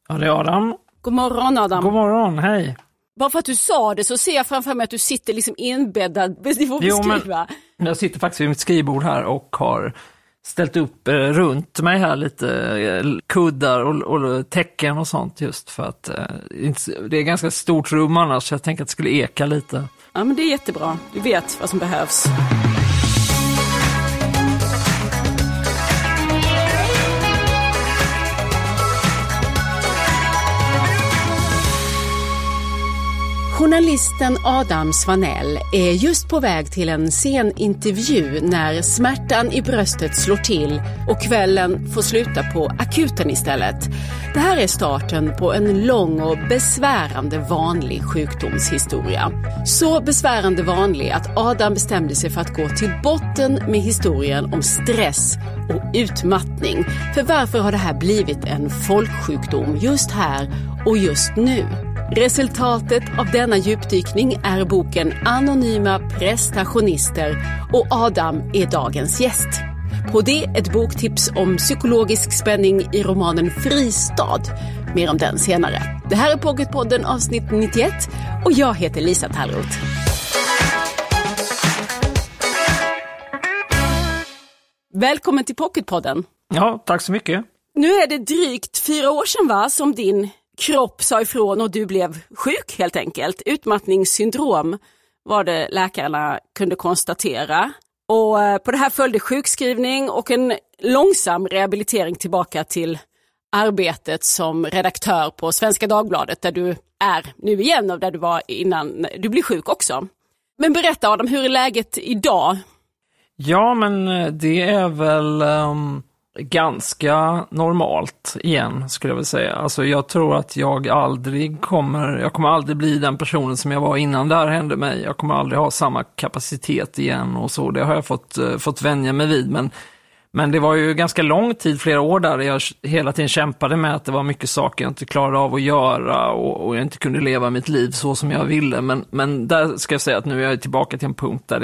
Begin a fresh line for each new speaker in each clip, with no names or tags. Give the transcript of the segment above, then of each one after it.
Ja, det är Adam.
God morgon, Adam.
God morgon, hej.
Bara för att du sa det så ser jag framför mig att du sitter liksom inbäddad. Du får beskriva.
Men jag sitter faktiskt vid mitt skrivbord här och har ställt upp runt mig här lite kuddar och tecken och sånt, just för att det är ganska stort rum annars, så jag tänkte att det skulle eka lite.
Ja, men det är jättebra. Du vet vad som behövs. Journalisten Adam Svanell är just på väg till en sen intervju när smärtan i bröstet slår till och kvällen får sluta på akuten istället. Det här är starten på en lång och besvärande vanlig sjukdomshistoria. Så besvärande vanlig att Adam bestämde sig för att gå till botten med historien om stress och utmattning. För varför har det här blivit en folksjukdom just här och just nu? Resultatet av denna djupdykning är boken Anonyma prestationister och Adam är dagens gäst. På det ett boktips om psykologisk spänning i romanen Fristad. Mer om den senare. Det här är Pocketpodden avsnitt 91 och jag heter Lisa Tallroth. Välkommen till Pocketpodden.
Ja, tack så mycket.
Nu är det drygt 4 år sedan, va, som din kropp sa ifrån och du blev sjuk helt enkelt. Utmattningssyndrom var det läkarna kunde konstatera. Och på det här följde sjukskrivning och en långsam rehabilitering tillbaka till arbetet som redaktör på Svenska Dagbladet, där du är nu igen och där du var innan du blev sjuk också. Men berätta, Adam, hur är läget idag?
Ja, men det är väl ganska normalt igen, skulle jag vilja säga. Alltså jag tror att jag kommer aldrig bli den personen som jag var innan det här hände mig. Jag kommer aldrig ha samma kapacitet igen och så. Det har jag fått vänja mig vid. Men det var ju ganska lång tid, flera år där jag hela tiden kämpade med att det var mycket saker jag inte klarade av att göra och jag inte kunde leva mitt liv så som jag ville. Men där ska jag säga att nu är jag tillbaka till en punkt där det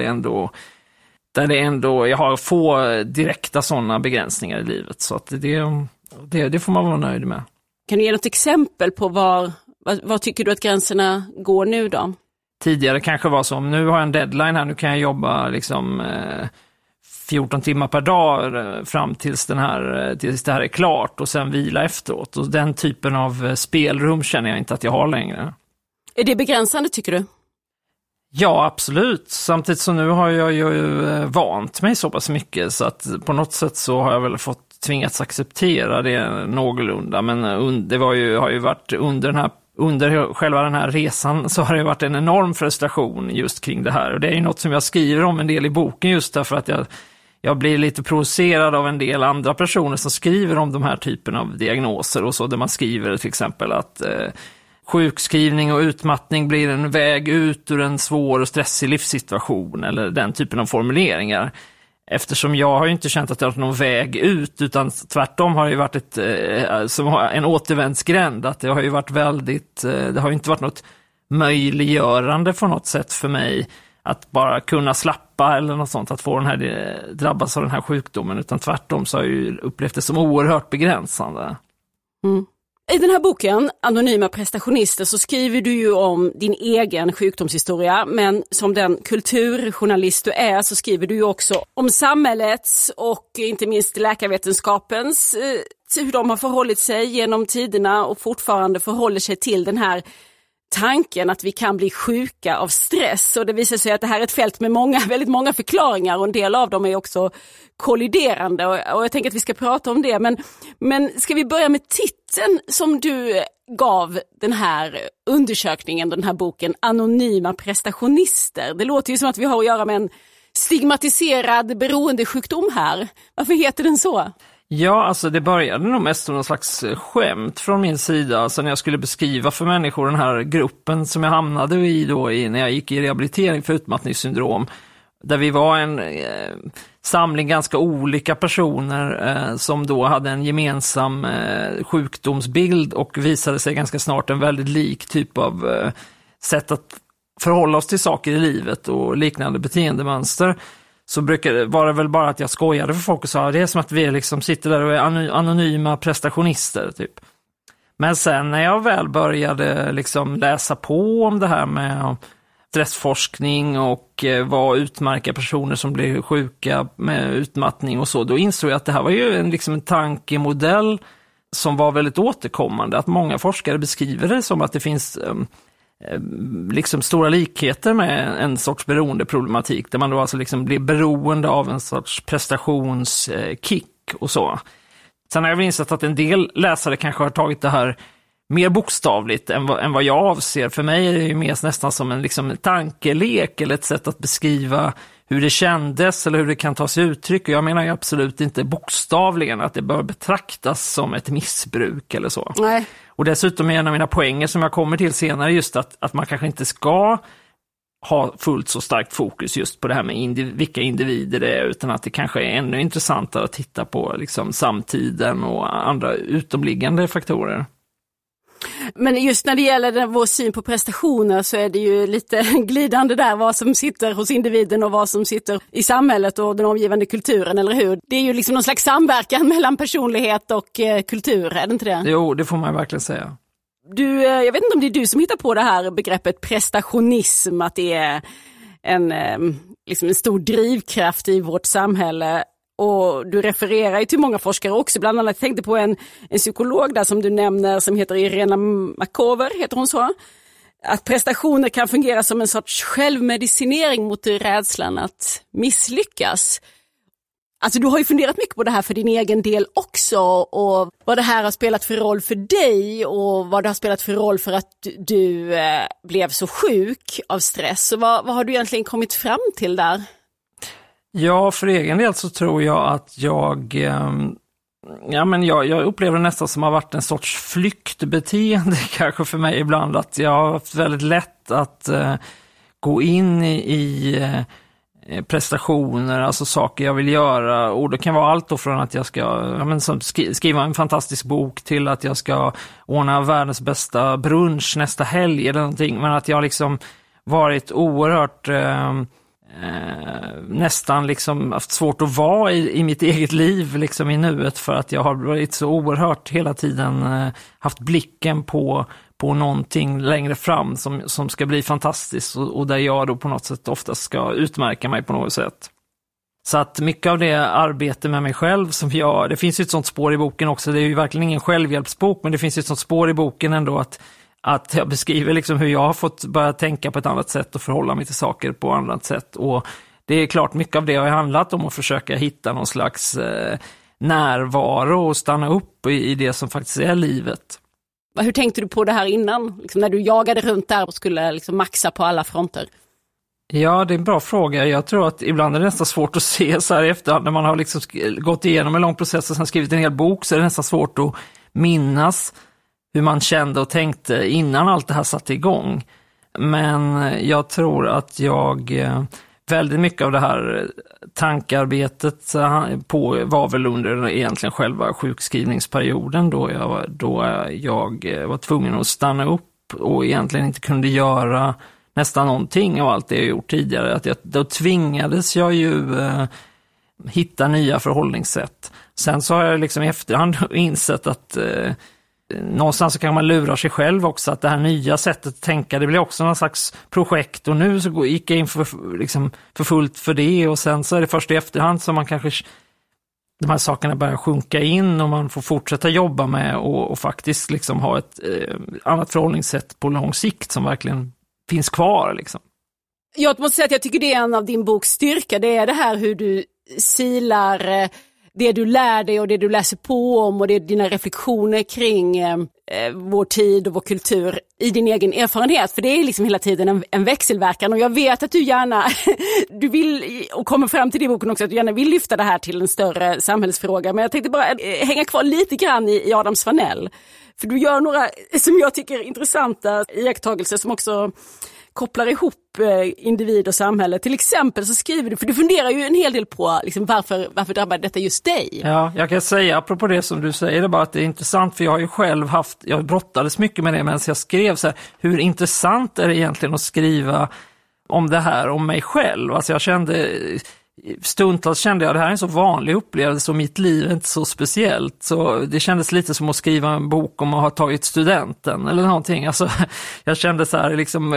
ändå jag har få direkta sådana begränsningar i livet, så att det får man vara nöjd med.
Kan du ge något exempel på var tycker du att gränserna går nu då?
Tidigare kanske var som, nu har jag en deadline här, nu kan jag jobba liksom 14 timmar per dag fram tills det här är klart och sen vila efteråt, och den typen av spelrum känner jag inte att jag har längre.
Är det begränsande, tycker du?
Ja, absolut. Samtidigt så nu har jag ju vant mig så pass mycket så att på något sätt så har jag väl fått tvingats acceptera det någorlunda. Men har ju varit under själva den här resan så har det varit en enorm frustration just kring det här. Och det är ju något som jag skriver om en del i boken, just därför att jag blir lite provocerad av en del andra personer som skriver om de här typen av diagnoser och så, där man skriver till exempel att sjukskrivning och utmattning blir en väg ut ur en svår och stressig livssituation, eller den typen av formuleringar. Eftersom jag har ju inte känt att det har varit någon väg ut, utan tvärtom har det ju varit en återvändsgränd. Att det har ju varit det har ju inte varit något möjliggörande på något sätt för mig att bara kunna slappa eller något sånt, att få drabbas av den här sjukdomen, utan tvärtom så har jag ju upplevt det som oerhört begränsande.
Mm. I den här boken, Anonyma prestationister, så skriver du ju om din egen sjukdomshistoria, men som den kulturjournalist du är så skriver du ju också om samhällets och inte minst läkarvetenskapens, hur de har förhållit sig genom tiderna och fortfarande förhåller sig till den här tanken att vi kan bli sjuka av stress. Och det visar sig att det här är ett fält med väldigt många förklaringar, och en del av dem är också kolliderande, och jag tänker att vi ska prata om det. Men ska vi börja med titeln som du gav den här undersökningen, den här boken, Anonyma prestationister. Det låter ju som att vi har att göra med en stigmatiserad beroendesjukdom här. Varför heter den så?
Ja, alltså det började nog mest som någon slags skämt från min sida. Alltså när jag skulle beskriva för människor den här gruppen som jag hamnade i när jag gick i rehabilitering för utmattningssyndrom. Där vi var en samling ganska olika personer som då hade en gemensam sjukdomsbild, och visade sig ganska snart en väldigt lik typ av sätt att förhålla oss till saker i livet och liknande beteendemönster. Så var det väl bara att jag skojade för folk och sa det är som att vi liksom sitter där och är anonyma prestationister typ. Men sen när jag väl började liksom läsa på om det här med stressforskning och vad utmärker personer som blir sjuka med utmattning och så, då insåg jag att det här var ju en tankemodell som var väldigt återkommande. Att många forskare beskriver det som att det finns liksom stora likheter med en sorts beroendeproblematik, där man då alltså liksom blir beroende av en sorts prestationskick och så. Sen har jag insett att en del läsare kanske har tagit det här mer bokstavligt än vad jag avser. För mig är det ju mer nästan som en tankelek eller ett sätt att beskriva hur det kändes eller hur det kan ta sig uttryck. Och jag menar ju absolut inte bokstavligen att det bör betraktas som ett missbruk eller så.
Nej.
Och dessutom är en av mina poänger som jag kommer till senare just att man kanske inte ska ha fullt så starkt fokus just på det här med vilka individer det är, utan att det kanske är ännu intressantare att titta på liksom samtiden och andra utomliggande faktorer.
Men just när det gäller vår syn på prestationer så är det ju lite glidande där, vad som sitter hos individen och vad som sitter i samhället och den omgivande kulturen, eller hur? Det är ju liksom någon slags samverkan mellan personlighet och kultur, är det inte det?
Jo, det får man verkligen säga.
Jag vet inte om det är du som hittar på det här begreppet prestationism, att det är en stor drivkraft i vårt samhälle. Och du refererar ju till många forskare också, bland annat tänkte på en psykolog där som du nämner som heter Irena Makover, heter hon så? Att prestationer kan fungera som en sorts självmedicinering mot rädslan att misslyckas. Alltså du har ju funderat mycket på det här för din egen del också, och vad det här har spelat för roll för dig och vad det har spelat för roll för att du blev så sjuk av stress. Så vad har du egentligen kommit fram till där? Ja, för egen del så tror jag att jag upplever det nästan som har varit en sorts flyktbeteende kanske för mig ibland, att jag har haft väldigt lätt att gå in i prestationer, alltså saker jag vill göra, och det kan vara allt då från att jag ska skriva en fantastisk bok till att jag ska ordna världens bästa brunch nästa helg eller någonting, men att jag liksom varit oerhört nästan liksom haft svårt att vara i mitt eget liv liksom i nuet, för att jag har varit så oerhört hela tiden haft blicken på någonting längre fram som ska bli fantastiskt, och där jag då på något sätt ofta ska utmärka mig på något sätt. Så att mycket av det arbete med mig själv som det finns ju ett sånt spår i boken också, det är ju verkligen ingen självhjälpsbok, men det finns ju ett sånt spår i boken ändå att jag beskriver liksom hur jag har fått börja tänka på ett annat sätt och förhålla mig till saker på ett annat sätt. Och det är klart, mycket av det har handlat om att försöka hitta någon slags närvaro och stanna upp i det som faktiskt är livet. Hur tänkte du på det här innan? Liksom när du jagade runt där och skulle liksom maxa på alla fronter? Ja, det är en bra fråga. Jag tror att ibland är det nästan svårt att se så här i efterhand. När man har liksom gått igenom en lång process och sen skrivit en hel bok, så är det nästan svårt att minnas hur man kände och tänkte innan allt det här satte igång. Men jag tror att väldigt mycket av det här tankarbetet var väl under egentligen själva sjukskrivningsperioden då jag var tvungen att stanna upp och egentligen inte kunde göra nästan någonting av allt det jag gjort tidigare. Då tvingades jag ju hitta nya förhållningssätt. Sen så har jag liksom i efterhand insett att någonstans så kan man lura sig själv också, att det här nya sättet att tänka, det blir också någon slags projekt, och nu så gick jag in för fullt för det, och sen så är det först i efterhand som man kanske de här sakerna börjar sjunka in och man får fortsätta jobba med och faktiskt liksom ha ett annat förhållningssätt på lång sikt som verkligen finns kvar liksom. Jag måste säga att jag tycker det är en av din boks styrka, det är det här hur du silar det du lär dig och det du läser på om, och det är dina reflektioner kring vår tid och vår kultur i din egen erfarenhet. För det är liksom hela tiden en växelverkan, och jag vet att du gärna du vill, och kommer fram till det i boken också, att du gärna vill lyfta det här till en större samhällsfråga. Men jag tänkte bara hänga kvar lite grann i Adam Svanell. För du gör några som jag tycker intressanta iakttagelser som också kopplar ihop individ och samhälle. Till exempel så skriver du, för du funderar ju en hel del på liksom, varför drabbar detta just dig? Ja, jag kan säga apropå det som du säger, det bara att det är intressant, för jag har ju själv jag brottades mycket med det medan jag skrev så här, hur intressant är det egentligen att skriva om det här om mig själv? Alltså jag kände
stundtals kände jag att det här är en så vanlig upplevelse och mitt liv är inte så speciellt. Så det kändes lite som att skriva en bok om att ha tagit studenten eller någonting. Alltså, jag kände så här, liksom,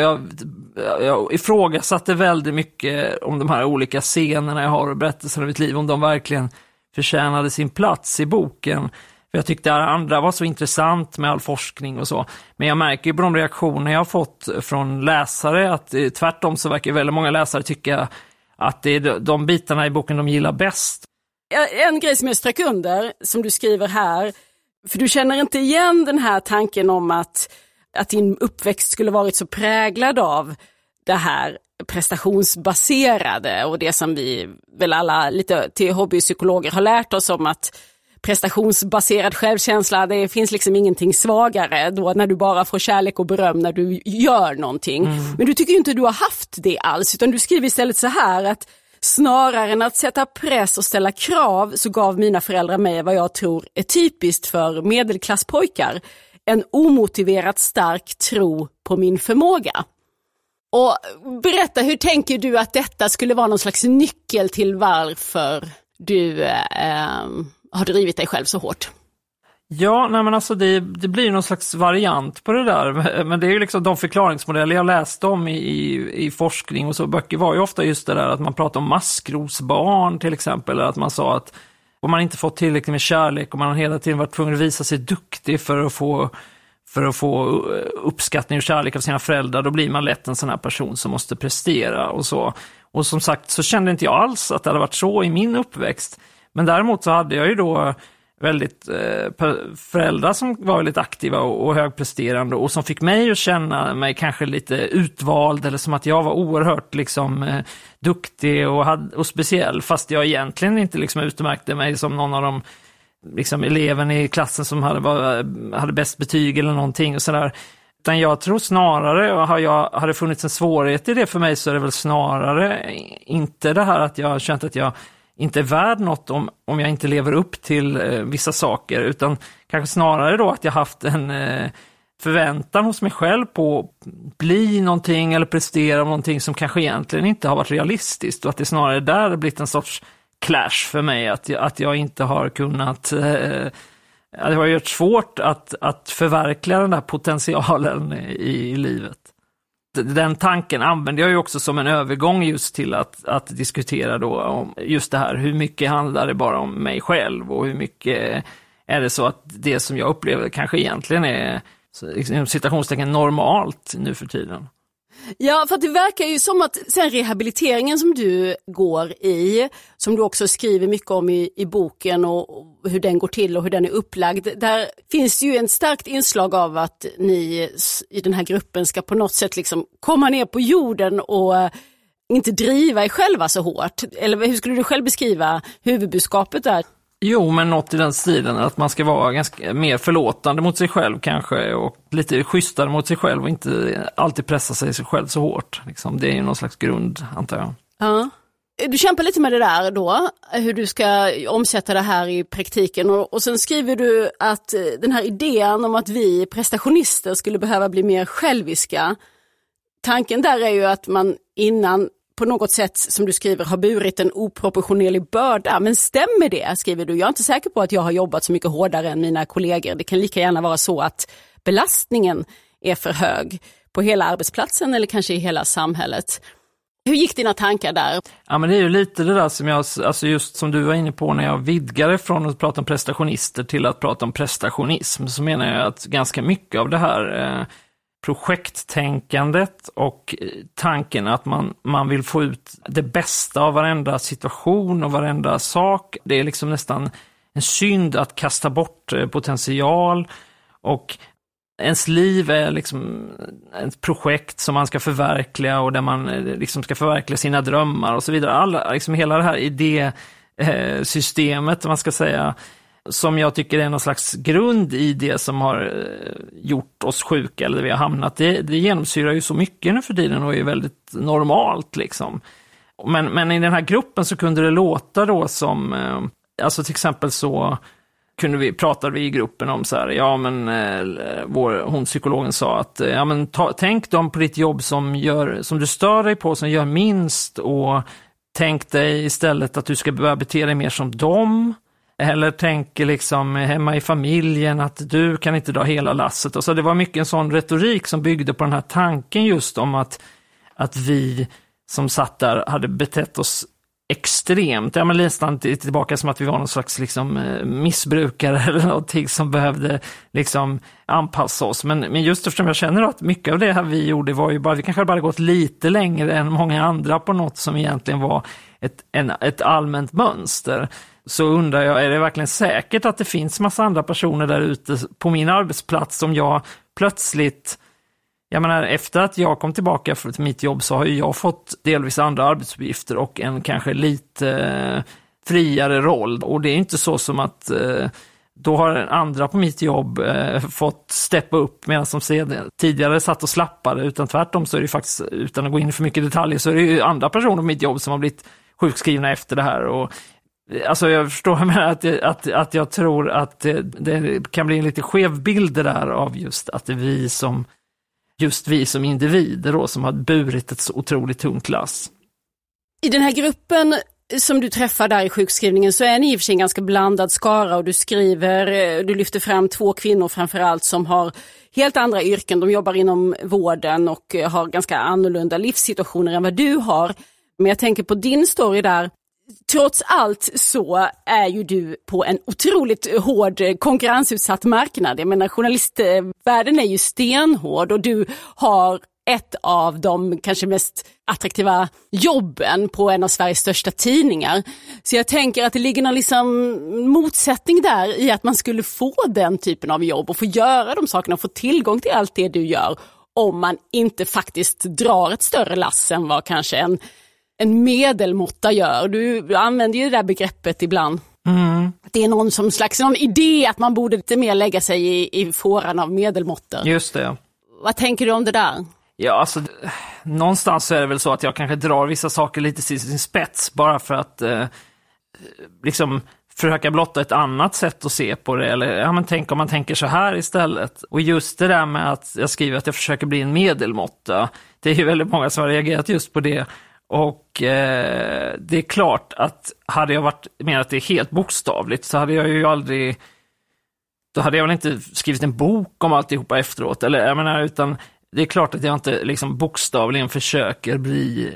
jag ifrågasatte väldigt mycket om de här olika scenerna jag har och berättelserna i mitt liv, om de verkligen förtjänade sin plats i boken. För jag tyckte det andra var så intressant med all forskning och så. Men jag märker ju på de reaktioner jag har fått från läsare att tvärtom så verkar väldigt många läsare tycka att det är de bitarna i boken de gillar bäst.
En grej som jag strök under, som du skriver här, för du känner inte igen den här tanken om att din uppväxt skulle varit så präglad av det här prestationsbaserade och det som vi väl alla lite till hobbypsykologer har lärt oss om, att prestationsbaserad självkänsla, det finns liksom ingenting svagare då när du bara får kärlek och beröm när du gör någonting. Men du tycker ju inte du har haft det alls, utan du skriver istället så här att snarare än att sätta press och ställa krav så gav mina föräldrar mig vad jag tror är typiskt för medelklasspojkar, en omotiverat stark tro på min förmåga. Och berätta, hur tänker du att detta skulle vara någon slags nyckel till varför du har drivit dig själv så hårt?
Ja, nej men alltså det blir någon slags variant på det där. Men det är ju liksom de förklaringsmodeller jag läste om i forskning och så böcker var ju ofta just det där att man pratar om maskrosbarn till exempel. Eller att man sa att om man inte fått tillräckligt med kärlek och man hela tiden varit tvungen att visa sig duktig för att få uppskattning och kärlek av sina föräldrar, då blir man lätt en sån här person som måste prestera och så. Och som sagt så kände inte jag alls att det hade varit så i min uppväxt. Men däremot så hade jag ju då väldigt föräldrar som var väldigt aktiva och högpresterande och som fick mig att känna mig kanske lite utvald eller som att jag var oerhört liksom duktig och speciell, fast jag egentligen inte liksom utmärkte mig som någon av de liksom eleven i klassen som hade bäst betyg eller någonting och sådär. Utan jag tror snarare, och har det funnits en svårighet i det för mig, så är det väl snarare inte det här att jag har känt att jag inte är värd något om jag inte lever upp till vissa saker, utan kanske snarare då att jag haft en förväntan hos mig själv på att bli någonting eller prestera någonting som kanske egentligen inte har varit realistiskt, och att det snarare där har blivit en sorts clash för mig, att jag inte har kunnat det har gjort svårt att förverkliga den där potentialen i livet. Den tanken använder jag ju också som en övergång just till att diskutera då om just det här, hur mycket handlar det bara om mig själv och hur mycket är det så att det som jag upplever kanske egentligen är inom citationstecken normalt nu för tiden.
Ja, för att det verkar ju som att sen rehabiliteringen som du går i, som du också skriver mycket om i boken och hur den går till och hur den är upplagd, där finns ju en starkt inslag av att ni i den här gruppen ska på något sätt liksom komma ner på jorden och inte driva er själva så hårt. Eller hur skulle du själv beskriva huvudbudskapet där?
Jo, men något i den stilen att man ska vara ganska mer förlåtande mot sig själv kanske, och lite schysstare mot sig själv och inte alltid pressa sig själv så hårt. Liksom. Det är ju någon slags grund, antar jag.
Ja. Du kämpar lite med det där då, hur du ska omsätta det här i praktiken, och sen skriver du att den här idén om att vi prestationister skulle behöva bli mer själviska, tanken där är ju att man innan på något sätt, som du skriver, har burit en oproportionerlig börda. Men stämmer det, skriver du? Jag är inte säker på att jag har jobbat så mycket hårdare än mina kollegor. Det kan lika gärna vara så att belastningen är för hög på hela arbetsplatsen eller kanske i hela samhället. Hur gick dina tankar där?
Ja, men det är ju lite det där som alltså just som du var inne på när jag vidgade från att prata om prestationister till att prata om prestationism, så menar jag att ganska mycket av det här projekttänkandet och tanken att man vill få ut det bästa av varenda situation och varenda sak. Det är liksom nästan en synd att kasta bort potential, och ens liv är liksom ett projekt som man ska förverkliga och där man liksom ska förverkliga sina drömmar och så vidare. Liksom hela det här idésystemet, man ska säga, som jag tycker är någon slags grund i det som har gjort oss sjuka eller vi har hamnat. Det genomsyrar ju så mycket nu för tiden och är väldigt normalt liksom. Men i den här gruppen så kunde det låta då som, alltså till exempel så pratade vi i gruppen om så här, ja men hon psykologen sa att ja men tänk dem på ditt jobb som du stör dig på, som gör minst, och tänk dig istället att du ska börja bete dig mer som dem. Eller tänker liksom hemma i familjen att du kan inte dra hela lasset. Och så det var mycket en sån retorik som byggde på den här tanken just om att vi som satt där hade betett oss extremt. Ja, men nästan tillbaka som att vi var någon slags liksom missbrukare eller någonting som behövde liksom anpassa oss. Men just eftersom jag känner att mycket av det här vi gjorde var ju bara, vi kanske bara gått lite längre än många andra på något som egentligen var ett allmänt mönster. Så undrar jag, är det verkligen säkert att det finns massa andra personer där ute på min arbetsplats som jag plötsligt, jag menar efter att jag kom tillbaka till mitt jobb så har ju jag fått delvis andra arbetsuppgifter och en kanske lite friare roll. Och det är inte så som att då har andra på mitt jobb fått steppa upp medan som tidigare satt och slappade, utan tvärtom så är det faktiskt, utan att gå in för mycket detaljer, så är det ju andra personer på mitt jobb som har blivit sjukskrivna efter det här. Och alltså jag förstår att jag tror att det kan bli en lite skev bild där av just att det är vi som individer då, som har burit ett så otroligt tungt lass.
I den här gruppen som du träffar där i sjukskrivningen så är ni i och för sig en ganska blandad skara, och du lyfter fram 2 kvinnor framförallt som har helt andra yrken. De jobbar inom vården och har ganska annorlunda livssituationer än vad du har. Men jag tänker på din story där. Trots allt så är ju du på en otroligt hård konkurrensutsatt marknad. Jag menar, journalistvärlden är ju stenhård och du har ett av de kanske mest attraktiva jobben på en av Sveriges största tidningar. Så jag tänker att det ligger någon liksom motsättning där i att man skulle få den typen av jobb och få göra de sakerna och få tillgång till allt det du gör, om man inte faktiskt drar ett större lass än vad kanske en medelmåtta gör. Du använder ju det där begreppet ibland. Mm. Det är någon idé att man borde lite mer lägga sig i fåran av medelmåttor.
Just det.
Vad tänker du om det där?
Ja, alltså någonstans så är det väl så att jag kanske drar vissa saker lite till sin spets bara för att liksom försöka blotta ett annat sätt att se på det. Eller ja, men tänk om man tänker så här istället. Och just det där med att jag skriver att jag försöker bli en medelmåtta. Det är ju väldigt många som har reagerat just på det. Och det är klart att hade jag varit med att det är helt bokstavligt så hade jag ju aldrig, då hade jag väl inte skrivit en bok om alltihopa efteråt, eller jag menar, utan det är klart att jag inte liksom bokstavligen försöker bli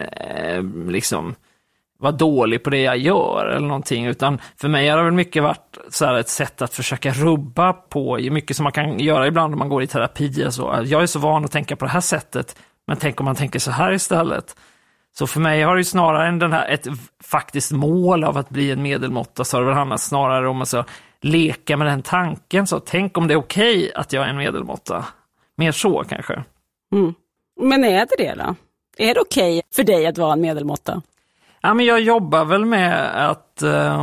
liksom vara dålig på det jag gör eller någonting, utan för mig har det väl mycket varit så här ett sätt att försöka rubba på mycket som man kan göra ibland om man går i terapi och så. Jag är så van att tänka på det här sättet, men tänk om man tänker så här istället. Så för mig har det ju snarare än ett faktiskt mål av att bli en medelmåtta, så har det väl handlat snarare om att leka med den tanken. Så tänk om det är okej att jag är en medelmåtta. Mer så kanske.
Mm. Men är det då? Är det okej för dig att vara en medelmåtta?
Ja, men jag jobbar väl med att...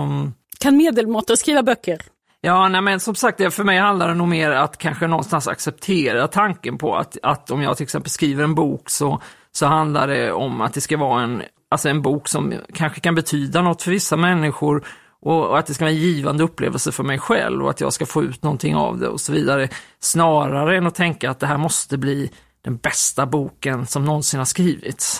Kan medelmåttor skriva böcker?
Ja, nej, men som sagt, för mig handlar det nog mer att kanske någonstans acceptera tanken på att om jag till exempel skriver en bok så handlar det om att det ska vara en bok som kanske kan betyda något för vissa människor, och att det ska vara en givande upplevelse för mig själv och att jag ska få ut någonting av det och så vidare, snarare än att tänka att det här måste bli den bästa boken som någonsin har skrivits.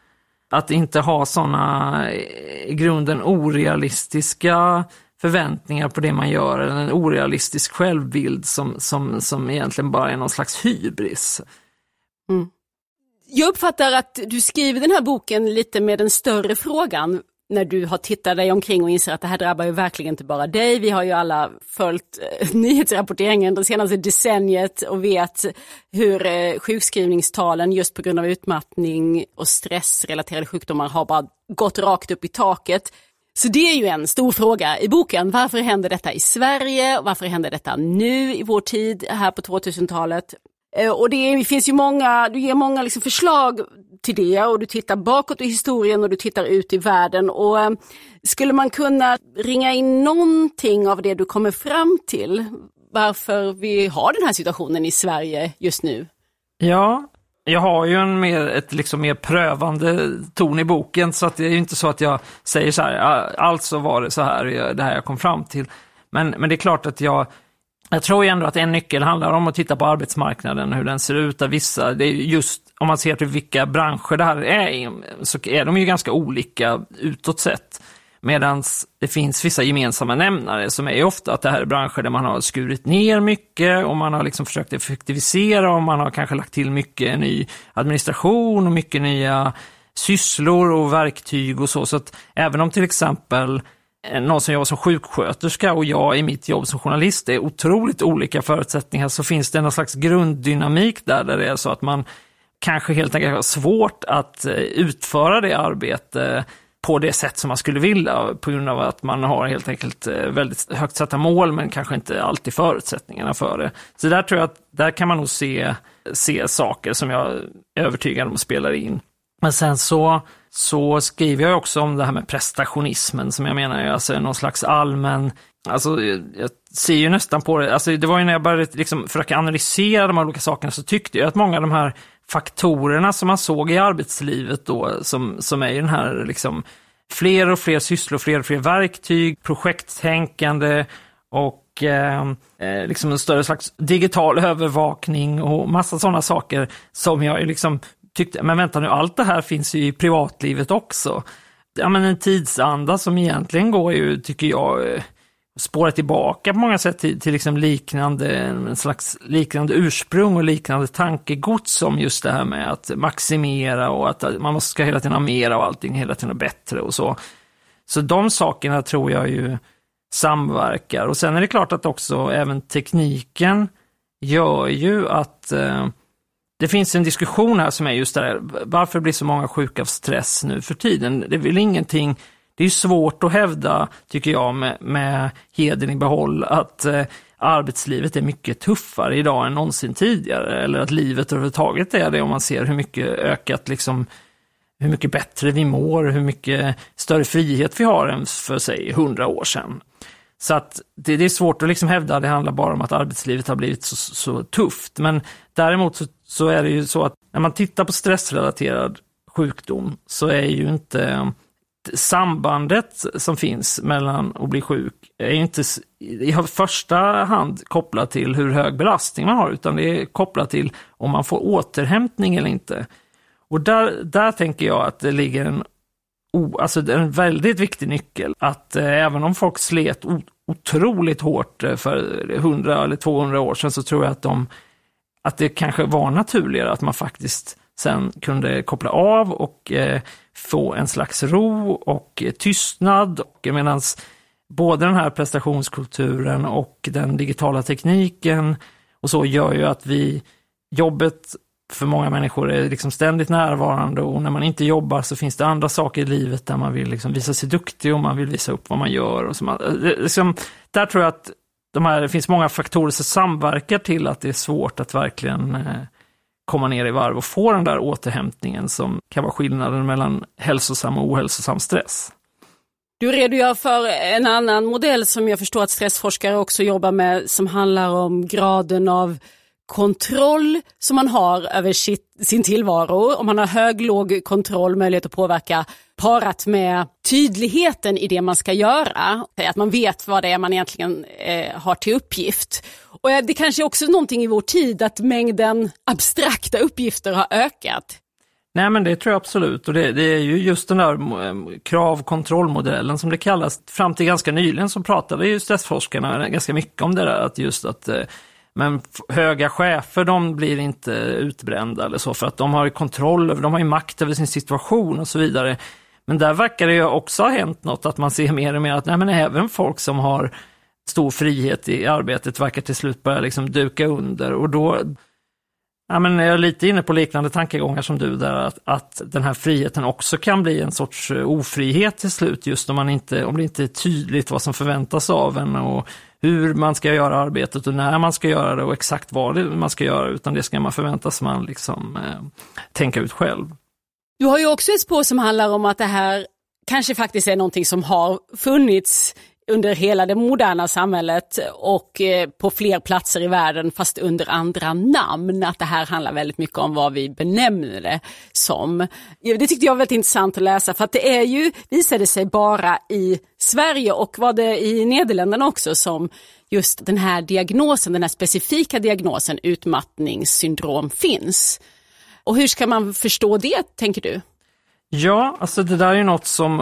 Att inte ha sådana i grunden orealistiska förväntningar på det man gör, eller en orealistisk självbild som egentligen bara är någon slags hybris.
Mm. Jag uppfattar att du skriver den här boken lite med den större frågan när du har tittat dig omkring och inser att det här drabbar ju verkligen inte bara dig. Vi har ju alla följt nyhetsrapporteringen det senaste decenniet och vet hur sjukskrivningstalen just på grund av utmattning och stressrelaterade sjukdomar har bara gått rakt upp i taket. Så det är ju en stor fråga i boken. Varför händer detta i Sverige? Varför händer detta nu i vår tid här på 2000-talet? Och det finns ju du ger många liksom förslag till det, och du tittar bakåt i historien och du tittar ut i världen. Och skulle man kunna ringa in någonting av det du kommer fram till, varför vi har den här situationen i Sverige just nu? Ja,
jag har ju ett mer prövande ton i boken, så att det är ju inte så att jag säger så här, alltså var det så här, det här jag kom fram till. Men det är klart att jag Jag tror ju ändå att en nyckel handlar om att titta på arbetsmarknaden, hur den ser ut. Där vissa, det är just, om man ser till vilka branscher det här är, så är de ju ganska olika utåt sett. Medan det finns vissa gemensamma nämnare som är ofta att det här är branscher där man har skurit ner mycket och man har liksom försökt effektivisera och man har kanske lagt till mycket ny administration och mycket nya sysslor och verktyg och så. Så att även om till exempel någon som jobbar som sjuksköterska och jag i mitt jobb som journalist är otroligt olika förutsättningar, så finns det någon slags grunddynamik där det är så att man kanske helt enkelt har svårt att utföra det arbete på det sätt som man skulle vilja på grund av att man har helt enkelt väldigt högt satta mål men kanske inte alltid förutsättningarna för det. Så där tror jag att där kan man nog se saker som jag är övertygad om spelar in. Men sen så skriver jag också om det här med prestationismen som jag menar är alltså någon slags allmän, alltså jag ser ju nästan på det, alltså det var ju när jag började liksom försöka analysera de här olika sakerna, så tyckte jag att många av de här faktorerna som man såg i arbetslivet då, som är ju den här liksom fler och fler sysslor, fler och fler verktyg, projekttänkande och liksom en större slags digital övervakning och massa sådana saker som jag ju liksom tyckte, men vänta nu, allt det här finns ju i privatlivet också. Ja, men en tidsanda som egentligen går ju, tycker jag, spåra tillbaka på många sätt till liksom en slags liknande ursprung och liknande tankegods som just det här med att maximera och att man ska hela tiden ha mer av allting, hela tiden bättre och så. Så de sakerna tror jag ju samverkar. Och sen är det klart att också även tekniken gör ju att det finns en diskussion här som är just där, varför blir så många sjuka av stress nu för tiden? Det är väl ingenting, det är svårt att hävda, tycker jag, med hedern i behåll, att arbetslivet är mycket tuffare idag än någonsin tidigare, eller att livet överhuvudtaget är det, om man ser hur mycket ökat, liksom, hur mycket bättre vi mår, hur mycket större frihet vi har än för sig 100 år sedan. Så att det är svårt att liksom hävda, det handlar bara om att arbetslivet har blivit så tufft. Men däremot så är det ju så att när man tittar på stressrelaterad sjukdom så är ju inte sambandet som finns mellan att bli sjuk är ju inte i första hand kopplat till hur hög belastning man har, utan det är kopplat till om man får återhämtning eller inte. Och där tänker jag att det ligger en väldigt viktig nyckel, att även om folk slet otroligt hårt för 100 eller 200 år sedan, så tror jag att det kanske var naturligare att man faktiskt sen kunde koppla av och få en slags ro och tystnad. Medan både den här prestationskulturen och den digitala tekniken och så gör ju att jobbet för många människor är liksom ständigt närvarande, och när man inte jobbar så finns det andra saker i livet där man vill liksom visa sig duktig och man vill visa upp vad man gör. Och så liksom, där tror jag att det finns många faktorer som samverkar till att det är svårt att verkligen komma ner i varv och få den där återhämtningen som kan vara skillnaden mellan hälsosam och ohälsosam stress.
Du redogör för en annan modell som jag förstår att stressforskare också jobbar med, som handlar om graden av kontroll som man har över sin tillvaro. Om man har hög, låg kontroll, möjlighet att påverka, parat med tydligheten i det man ska göra. Att man vet vad det är man egentligen har till uppgift. Och det kanske också är någonting i vår tid att mängden abstrakta uppgifter har ökat.
Nej, men det tror jag absolut. Och det är ju just den där krav-kontrollmodellen som det kallas. Fram till ganska nyligen så pratade ju stressforskarna ganska mycket om det där. Att just att men höga chefer, de blir inte utbrända eller så, för att de har kontroll över, de har ju makt över sin situation och så vidare. Men där verkar det ju också ha hänt något, att man ser mer och mer att nej, men även folk som har stor frihet i arbetet verkar till slut börja liksom duka under. Och då, ja, men jag är lite inne på liknande tankegångar som du där, att den här friheten också kan bli en sorts ofrihet till slut, just om det inte är tydligt vad som förväntas av en och hur man ska göra arbetet och när man ska göra det och exakt vad man ska göra, utan det ska man förväntas man liksom tänka ut själv.
Du har ju också ett spår som handlar om att det här kanske faktiskt är någonting som har funnits under hela det moderna samhället och på fler platser i världen fast under andra namn. Att det här handlar väldigt mycket om vad vi benämner det som. Det tyckte jag var väldigt intressant att läsa för att det är ju, visade sig bara i Sverige och var det i Nederländerna också som just den här diagnosen, den här specifika diagnosen utmattningssyndrom finns. Och hur ska man förstå det, tänker du?
Ja, alltså det där är ju något som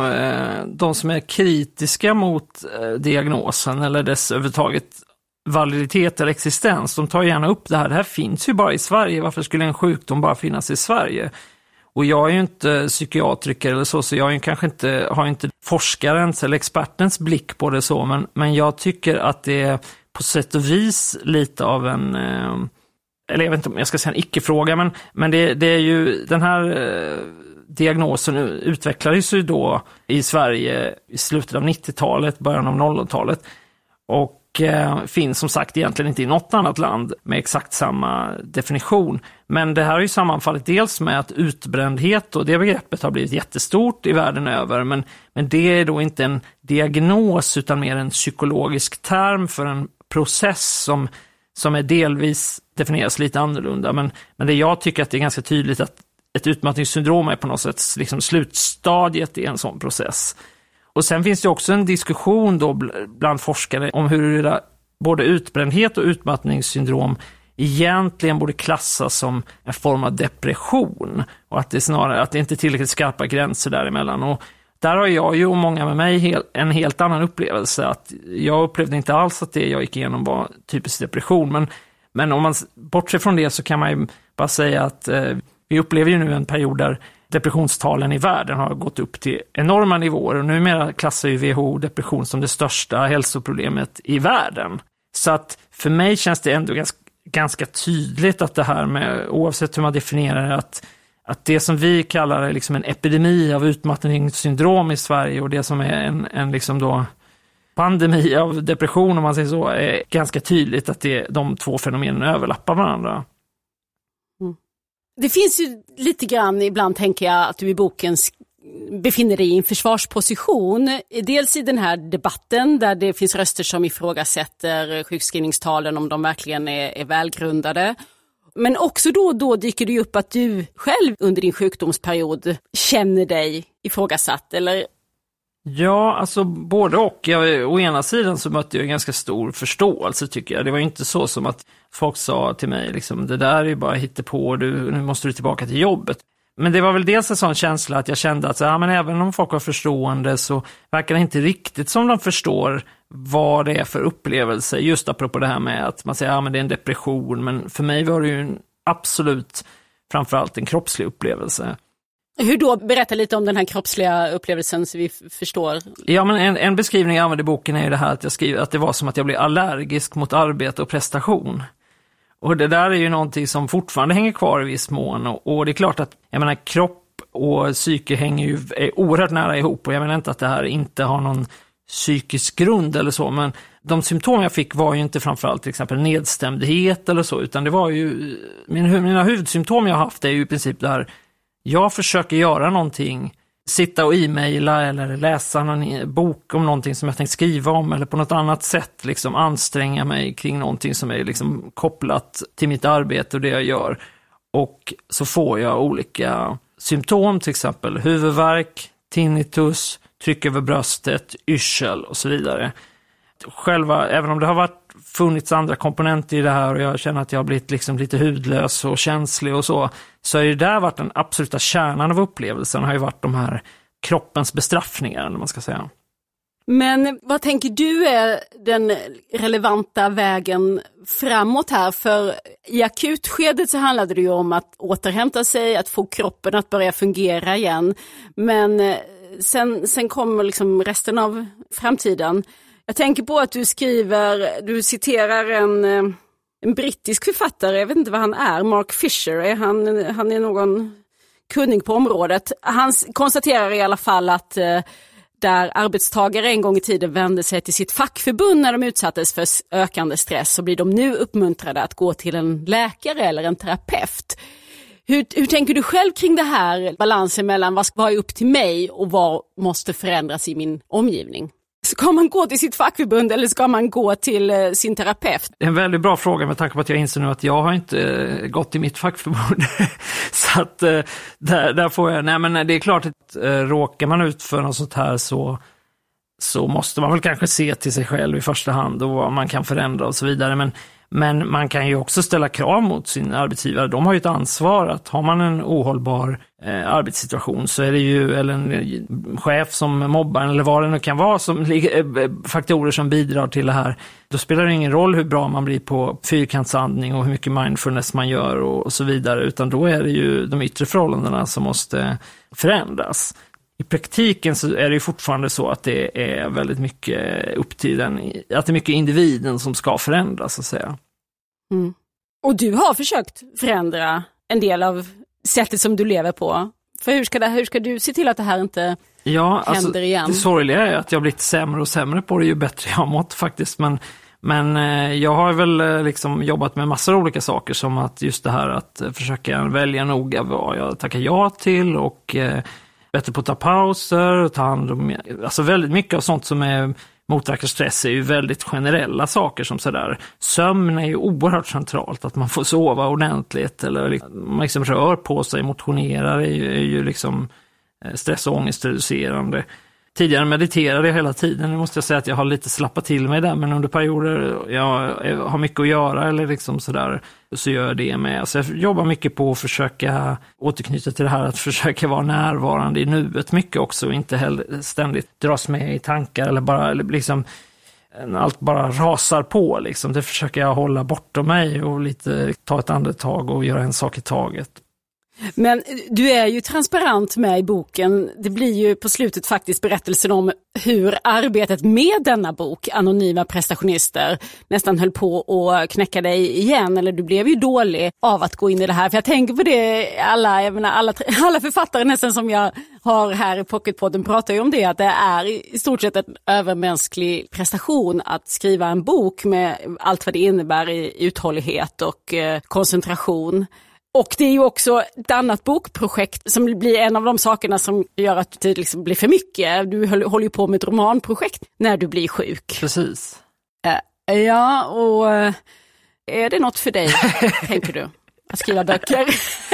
de som är kritiska mot diagnosen eller dess överhuvudtaget validitet eller existens, de tar gärna upp det här. Det här finns ju bara i Sverige. Varför skulle en sjukdom bara finnas i Sverige? Och jag är ju inte psykiatriker eller så jag är ju kanske inte, har inte forskarens eller expertens blick på det så, men jag tycker att det är på sätt och vis lite av en, eller jag vet inte om jag ska säga en icke-fråga, men det är ju den här diagnosen utvecklades ju då i Sverige i slutet av 90-talet, början av 00-talet och finns som sagt egentligen inte i något annat land med exakt samma definition. Men det här är ju sammanfallet dels med att utbrändhet och det begreppet har blivit jättestort i världen över, men det är då inte en diagnos utan mer en psykologisk term för en process som är delvis definieras lite annorlunda. Men det jag tycker att det är ganska tydligt att ett utmattningssyndrom är på något sätt liksom slutstadiet i en sån process. Och sen finns det också en diskussion då bland forskare om hur både utbrändhet och utmattningssyndrom egentligen borde klassas som en form av depression och att det snarare att det inte är tillräckligt skarpa gränser däremellan. Och där har jag ju och många med mig en helt annan upplevelse. Att jag upplevde inte alls att det jag gick igenom var typisk depression. Men om man bortser från det så kan man ju bara säga att vi upplever ju nu en period där depressionstalen i världen har gått upp till enorma nivåer och numera klassar ju WHO depression som det största hälsoproblemet i världen. Så att för mig känns det ändå ganska tydligt att det här med, oavsett hur man definierar det, att det som vi kallar liksom en epidemi av utmattningssyndrom i Sverige och det som är en liksom då pandemi av depression om man säger så, är ganska tydligt att de två fenomenen överlappar varandra.
Det finns ju lite grann, ibland tänker jag att du i boken befinner dig i en försvarsposition. Dels i den här debatten där det finns röster som ifrågasätter sjukskrivningstalen om de verkligen är välgrundade. Men också då dyker det upp att du själv under din sjukdomsperiod känner dig ifrågasatt, eller?
Ja, alltså både och. Å ena sidan så mötte jag ganska stor förståelse tycker jag. Det var inte så som att folk sa till mig liksom, det där är ju bara hittepå, nu måste du tillbaka till jobbet. Men det var väl dels en sån känsla att jag kände att men även om folk var förstående så verkar det inte riktigt som de förstår vad det är för upplevelse. Just apropå det här med att man säger men det är en depression. Men för mig var det ju absolut framförallt en kroppslig upplevelse.
Hur då? Berätta lite om den här kroppsliga upplevelsen så vi förstår.
Ja, men en beskrivning jag använde i boken är ju det här att jag skriver att det var som att jag blev allergisk mot arbete och prestation. Och det där är ju någonting som fortfarande hänger kvar i viss mån. Och det är klart att jag menar, kropp och psyke är oerhört nära ihop. Och jag menar inte att det här inte har någon psykisk grund eller så. Men de symptom jag fick var ju inte framförallt till exempel nedstämdhet eller så. Utan det var ju, mina huvudsymptom jag haft är ju i princip där jag försöker göra någonting, sitta och e-maila eller läsa någon bok om någonting som jag tänkt skriva om eller på något annat sätt liksom anstränga mig kring någonting som är liksom kopplat till mitt arbete och det jag gör. Och så får jag olika symptom, till exempel huvudvärk, tinnitus, tryck över bröstet, yrsel och så vidare. Själva, även om det har funnits andra komponenter i det här och jag känner att jag har blivit liksom lite hudlös och känslig och så är det där varit den absoluta kärnan av upplevelsen, har ju varit de här kroppens bestraffningar, eller man ska säga.
Men vad tänker du är den relevanta vägen framåt här? För i akutskedet så handlade det ju om att återhämta sig, att få kroppen att börja fungera igen. Men sen kommer liksom resten av framtiden. Jag tänker på att du citerar en brittisk författare, jag vet inte vad han är, Mark Fisher, han är någon kunnig på området. Han konstaterar i alla fall att där arbetstagare en gång i tiden vände sig till sitt fackförbund när de utsattes för ökande stress, så blir de nu uppmuntrade att gå till en läkare eller en terapeut. Hur tänker du själv kring det här balansen mellan vad är upp till mig och vad måste förändras i min omgivning? Ska man gå till sitt fackförbund eller ska man gå till sin terapeut?
En väldigt bra fråga med tanke på att jag inser nu att jag har inte gått till mitt fackförbund. Så att där får jag... Nej, men det är klart att råkar man ut för något sånt här så måste man väl kanske se till sig själv i första hand och vad man kan förändra och så vidare. Men man kan ju också ställa krav mot sin arbetsgivare. De har ju ett ansvar att har man en ohållbar arbetssituation så är det ju, eller en chef som mobbar eller vad det nu kan vara, faktorer som bidrar till det här. Då spelar det ingen roll hur bra man blir på fyrkantsandning och hur mycket mindfulness man gör och så vidare, utan då är det ju de yttre förhållandena som måste förändras. I praktiken så är det ju fortfarande så att det är väldigt mycket upp till att det är mycket individen som ska förändras, så att säga.
Mm. Och du har försökt förändra en del av sättet som du lever på. För hur ska du se till att det här inte händer igen?
Det sorgliga är att jag har blivit sämre och sämre på det ju bättre jag har mått faktiskt. Men jag har väl liksom jobbat med massor av olika saker, som att just det här att försöka välja noga vad jag tackar ja till och bättre på att ta pauser och ta hand om, alltså väldigt mycket av sånt som är motverkar stress är ju väldigt generella saker som sådär. Sömn är ju oerhört centralt, att man får sova ordentligt eller man liksom rör på sig, motionerar är ju liksom stress- och ångestreducerande. Tidigare mediterade jag hela tiden, nu måste jag säga att jag har lite slappat till mig där, men under perioder jag har mycket att göra eller liksom sådär, så gör jag det med. Så jag jobbar mycket på att försöka återknyta till det här att försöka vara närvarande i nuet mycket också, och inte heller ständigt dras med i tankar eller bara liksom allt bara rasar på liksom. Det försöker jag hålla bortom mig och lite ta ett andetag och göra en sak i taget.
Men du är ju transparent med i boken. Det blir ju på slutet faktiskt berättelsen om hur arbetet med denna bok, Anonyma prestationister, nästan höll på att knäcka dig igen. Eller du blev ju dålig av att gå in i det här. För jag tänker på det, alla författare nästan som jag har här i Pocketpodden pratar ju om det. Att det är i stort sett en övermänsklig prestation att skriva en bok med allt vad det innebär i uthållighet och koncentration. Och det är ju också ett annat bokprojekt som blir en av de sakerna som gör att det liksom blir för mycket. Du håller ju på med ett romanprojekt när du blir sjuk.
Precis.
Ja, och är det något för dig, tänker du? Att skriva böcker?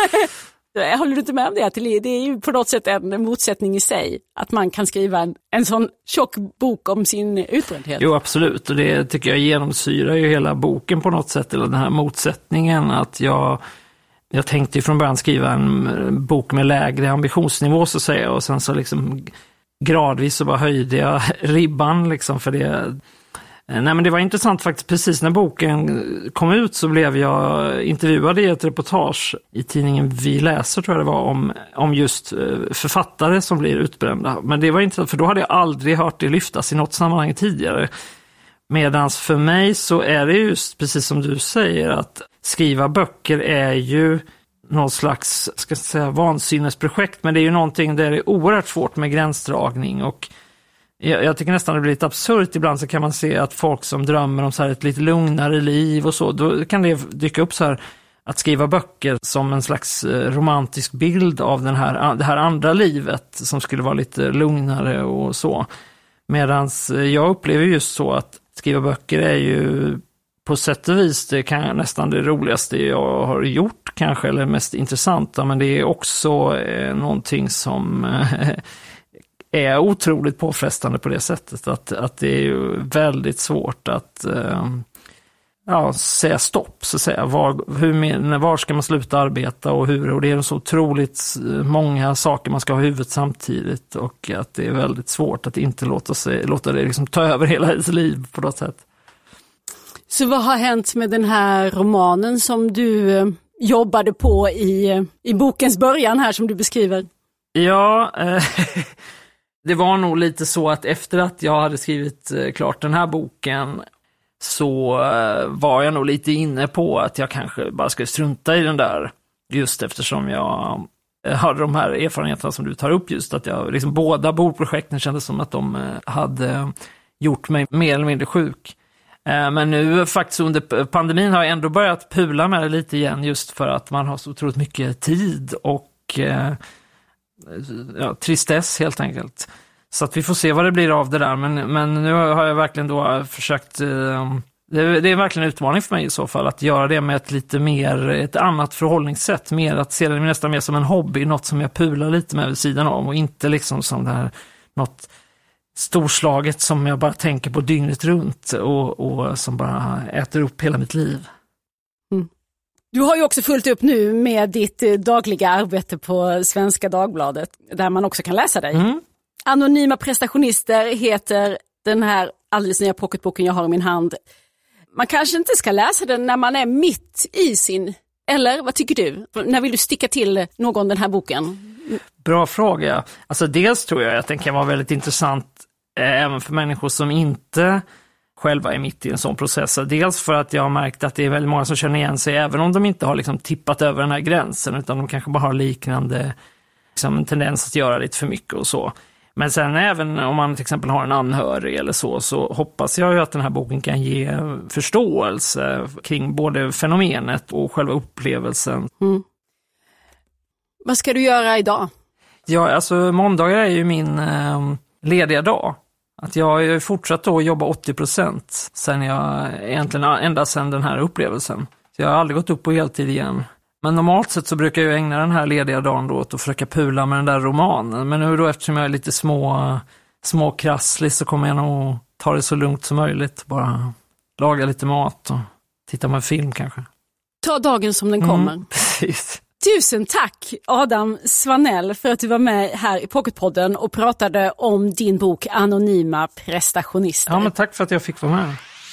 Håller du inte med om det? Det är ju på något sätt en motsättning i sig. Att man kan skriva en sån tjock bok om sin utbrändhet.
Jo, absolut. Och det tycker jag genomsyrar ju hela boken på något sätt. Eller den här motsättningen att jag tänkte ju från början skriva en bok med lägre ambitionsnivå så att säga, och sen så liksom gradvis så bara höjde jag ribban liksom för det. Nej, men det var intressant faktiskt, precis när boken kom ut så blev jag intervjuad i ett reportage i tidningen Vi läser, tror jag det var, om just författare som blir utbrända. Men det var intressant, för då hade jag aldrig hört det lyftas i något sammanhang tidigare. Medans för mig så är det just precis som du säger, att skriva böcker är ju någon slags, ska jag säga, vansinnesprojekt, men det är ju någonting där det är oerhört svårt med gränsdragning, och jag tycker nästan det blir lite absurt ibland, så kan man se att folk som drömmer om så här ett lite lugnare liv och så, då kan det dyka upp så här att skriva böcker som en slags romantisk bild av det här andra livet som skulle vara lite lugnare och så. Medans jag upplever just så att skriva böcker är ju på sätt och vis det kan nästan det roligaste jag har gjort kanske, eller mest intressanta, men det är också någonting som är otroligt påfrestande på det sättet att det är ju väldigt svårt att säga stopp, så att säga. Var ska man sluta arbeta och hur, och det är så otroligt många saker man ska ha i huvudet samtidigt, och att det är väldigt svårt att inte låta det liksom ta över hela ens liv på något sätt.
Så vad har hänt med den här romanen som du jobbade på i bokens början här som du beskriver?
Ja, det var nog lite så att efter att jag hade skrivit klart den här boken så var jag nog lite inne på att jag kanske bara skulle strunta i den där, just eftersom jag hade de här erfarenheterna som du tar upp, just att jag liksom, båda bokprojekten kändes som att de hade gjort mig mer eller mindre sjuk. Men nu faktiskt under pandemin har jag ändå börjat pula med det lite igen, just för att man har så otroligt mycket tid och tristess helt enkelt. Så att vi får se vad det blir av det där. Men nu har jag verkligen då försökt... Det är verkligen en utmaning för mig i så fall att göra det med ett annat förhållningssätt. Mer att se det nästan mer som en hobby, något som jag pular lite med vid sidan om och inte liksom som det här något storslaget som jag bara tänker på dygnet runt och som bara äter upp hela mitt liv.
Mm. Du har ju också fullt upp nu med ditt dagliga arbete på Svenska Dagbladet där man också kan läsa dig. Mm. Anonyma prestationister heter den här alldeles nya pocketboken jag har i min hand. Man kanske inte ska läsa den när man är mitt i sin... Eller vad tycker du? När vill du sticka till någon den här boken?
Bra fråga. Alltså dels tror jag att den kan vara väldigt intressant även för människor som inte själva är mitt i en sån process. Dels för att jag har märkt att det är väldigt många som känner igen sig även om de inte har liksom tippat över den här gränsen utan de kanske bara har liknande liksom, en tendens att göra lite för mycket och så. Men sen även om man till exempel har en anhörig eller så hoppas jag ju att den här boken kan ge förståelse kring både fenomenet och själva upplevelsen. Mm.
Vad ska du göra idag?
Ja, alltså måndagar är ju min lediga dag. Att jag har fortsatt då jobba 80% sen ända sedan den här upplevelsen. Så jag har aldrig gått upp på heltid igen. Men normalt sett så brukar jag ägna den här lediga dagen då åt att försöka pula med den där romanen. Men nu då eftersom jag är lite småkrasslig så kommer jag nog ta det så lugnt som möjligt. Bara laga lite mat och titta på en film kanske.
Ta dagen som den kommer.
Precis.
Tusen tack Adam Svanell för att du var med här i Pocketpodden och pratade om din bok Anonyma prestationister.
Ja, men tack för att jag fick vara med.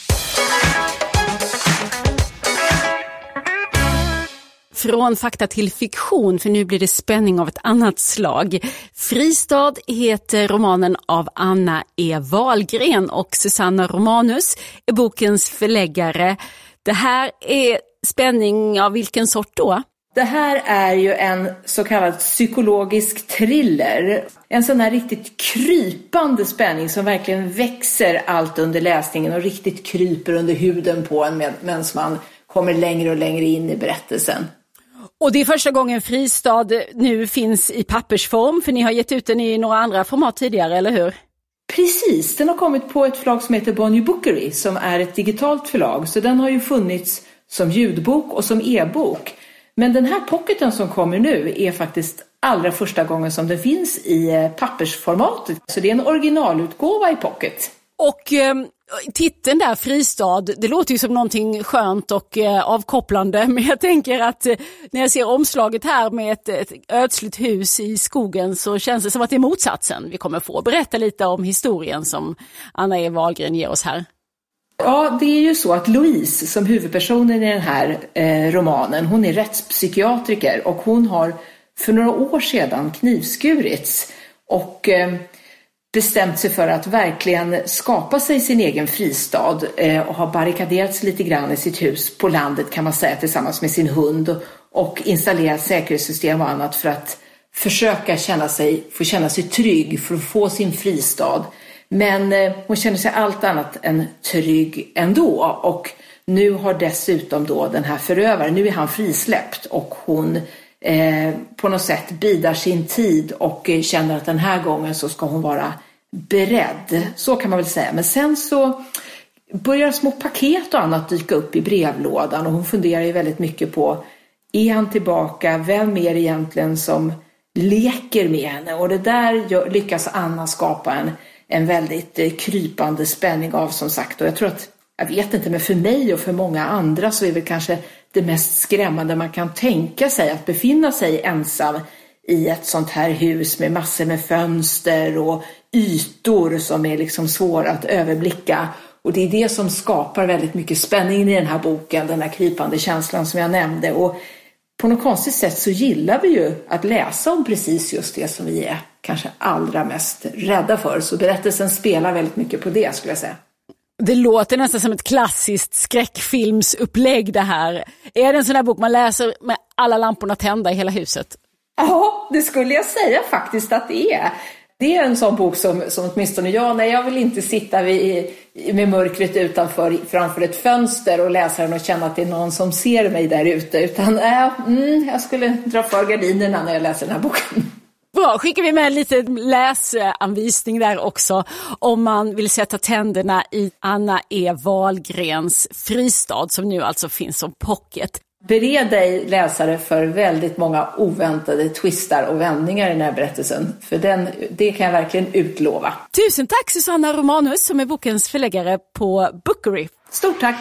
Från fakta till fiktion, för nu blir det spänning av ett annat slag. Fristad heter romanen av Anna E. Wahlgren och Susanna Romanus är bokens förläggare. Det här är spänning av vilken sort då?
Det här är ju en så kallad psykologisk thriller. En sån här riktigt krypande spänning som verkligen växer allt under läsningen och riktigt kryper under huden på en medan man kommer längre och längre in i berättelsen.
Och det är första gången Fristad nu finns i pappersform, för ni har gett ut den i några andra format tidigare, eller hur?
Precis, den har kommit på ett förlag som heter Bonnier Bookery som är ett digitalt förlag. Så den har ju funnits som ljudbok och som e-bok. Men den här pocketen som kommer nu är faktiskt allra första gången som den finns i pappersformatet. Så det är en originalutgåva i pocket.
Och titeln där, Fristad, det låter ju som någonting skönt och avkopplande. Men jag tänker att när jag ser omslaget här med ett ödsligt hus i skogen så känns det som att det är motsatsen vi kommer få. Berätta lite om historien som Anna E. Wahlgren ger oss här.
Ja, det är ju så att Louise som huvudpersonen i den här romanen, hon är rättspsykiatriker och hon har för några år sedan knivskurits och bestämt sig för att verkligen skapa sig sin egen fristad och har barrikaderats lite grann i sitt hus på landet kan man säga tillsammans med sin hund och installerat säkerhetssystem och annat för att försöka få känna sig trygg för att få sin fristad. Men hon känner sig allt annat än trygg ändå och nu har dessutom då den här förövaren, nu är han frisläppt och hon på något sätt bidar sin tid och känner att den här gången så ska hon vara beredd. Så kan man väl säga. Men sen så börjar små paket och annat dyka upp i brevlådan och hon funderar ju väldigt mycket på, är han tillbaka? Vem är det egentligen som leker med henne? Och det där lyckas Anna skapa en väldigt krypande spänning av, som sagt. Och jag tror att, jag vet inte, men för mig och för många andra så är det kanske det mest skrämmande man kan tänka sig att befinna sig ensam i ett sånt här hus med massor med fönster och ytor som är liksom svåra att överblicka. Och det är det som skapar väldigt mycket spänning i den här boken, den här krypande känslan som jag nämnde. Och på något konstigt sätt så gillar vi ju att läsa om precis just det som vi är kanske allra mest rädda för. Så berättelsen spelar väldigt mycket på det, skulle jag säga.
Det låter nästan som ett klassiskt skräckfilmsupplägg det här. Är det en sån här bok man läser med alla lamporna tända i hela huset?
Ja, det skulle jag säga faktiskt att det är. Det är en sån bok som åtminstone jag vill inte sitta med mörkret framför ett fönster och läsa den och känna att det är någon som ser mig där ute. Utan jag skulle dra för gardinerna när jag läser den här boken.
Bra, skickar vi med lite läsanvisning där också om man vill sätta tänderna i Anna E. Wahlgrens Fristad som nu alltså finns som pocket.
Bered dig läsare för väldigt många oväntade twistar och vändningar i den här berättelsen. För det kan jag verkligen utlova.
Tusen tack Susanna Romanus som är bokens förläggare på Bookery.
Stort tack!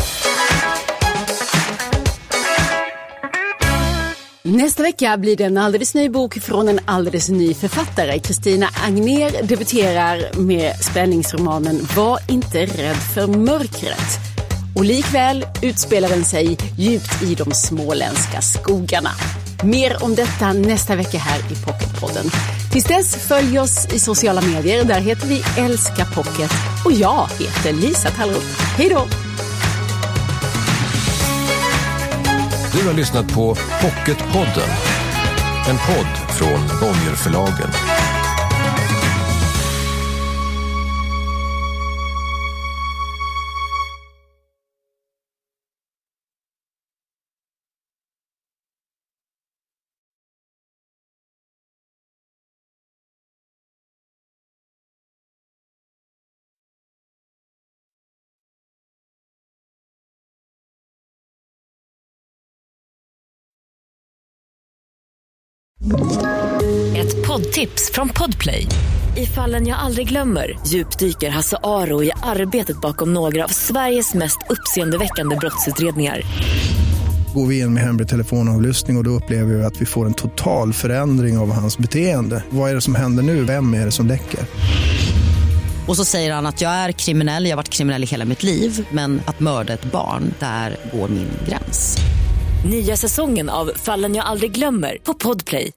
Nästa vecka blir det en alldeles ny bok från en alldeles ny författare. Kristina Agnér debuterar med spänningsromanen Var inte rädd för mörkret. Och likväl utspelar den sig djupt i de småländska skogarna. Mer om detta nästa vecka här i Pocketpodden. Tills dess följ oss i sociala medier. Där heter vi Älska Pocket. Och jag heter Lisa Tallroth. Hej då!
Du har lyssnat på Pocketpodden. En podd från Bonnierförlagen.
Ett poddtips från Podplay. I Fallen jag aldrig glömmer djupdyker Hasse Aro i arbetet bakom några av Sveriges mest uppseendeväckande brottsutredningar.
Går vi in med hemlig telefonavlyssning och då upplever vi att vi får en total förändring av hans beteende. Vad är det som händer nu? Vem är det som läcker?
Och så säger han att jag är kriminell, jag har varit kriminell i hela mitt liv. Men att mörda ett barn, där går min gräns.
Nya säsongen av Fallen jag aldrig glömmer på Podplay.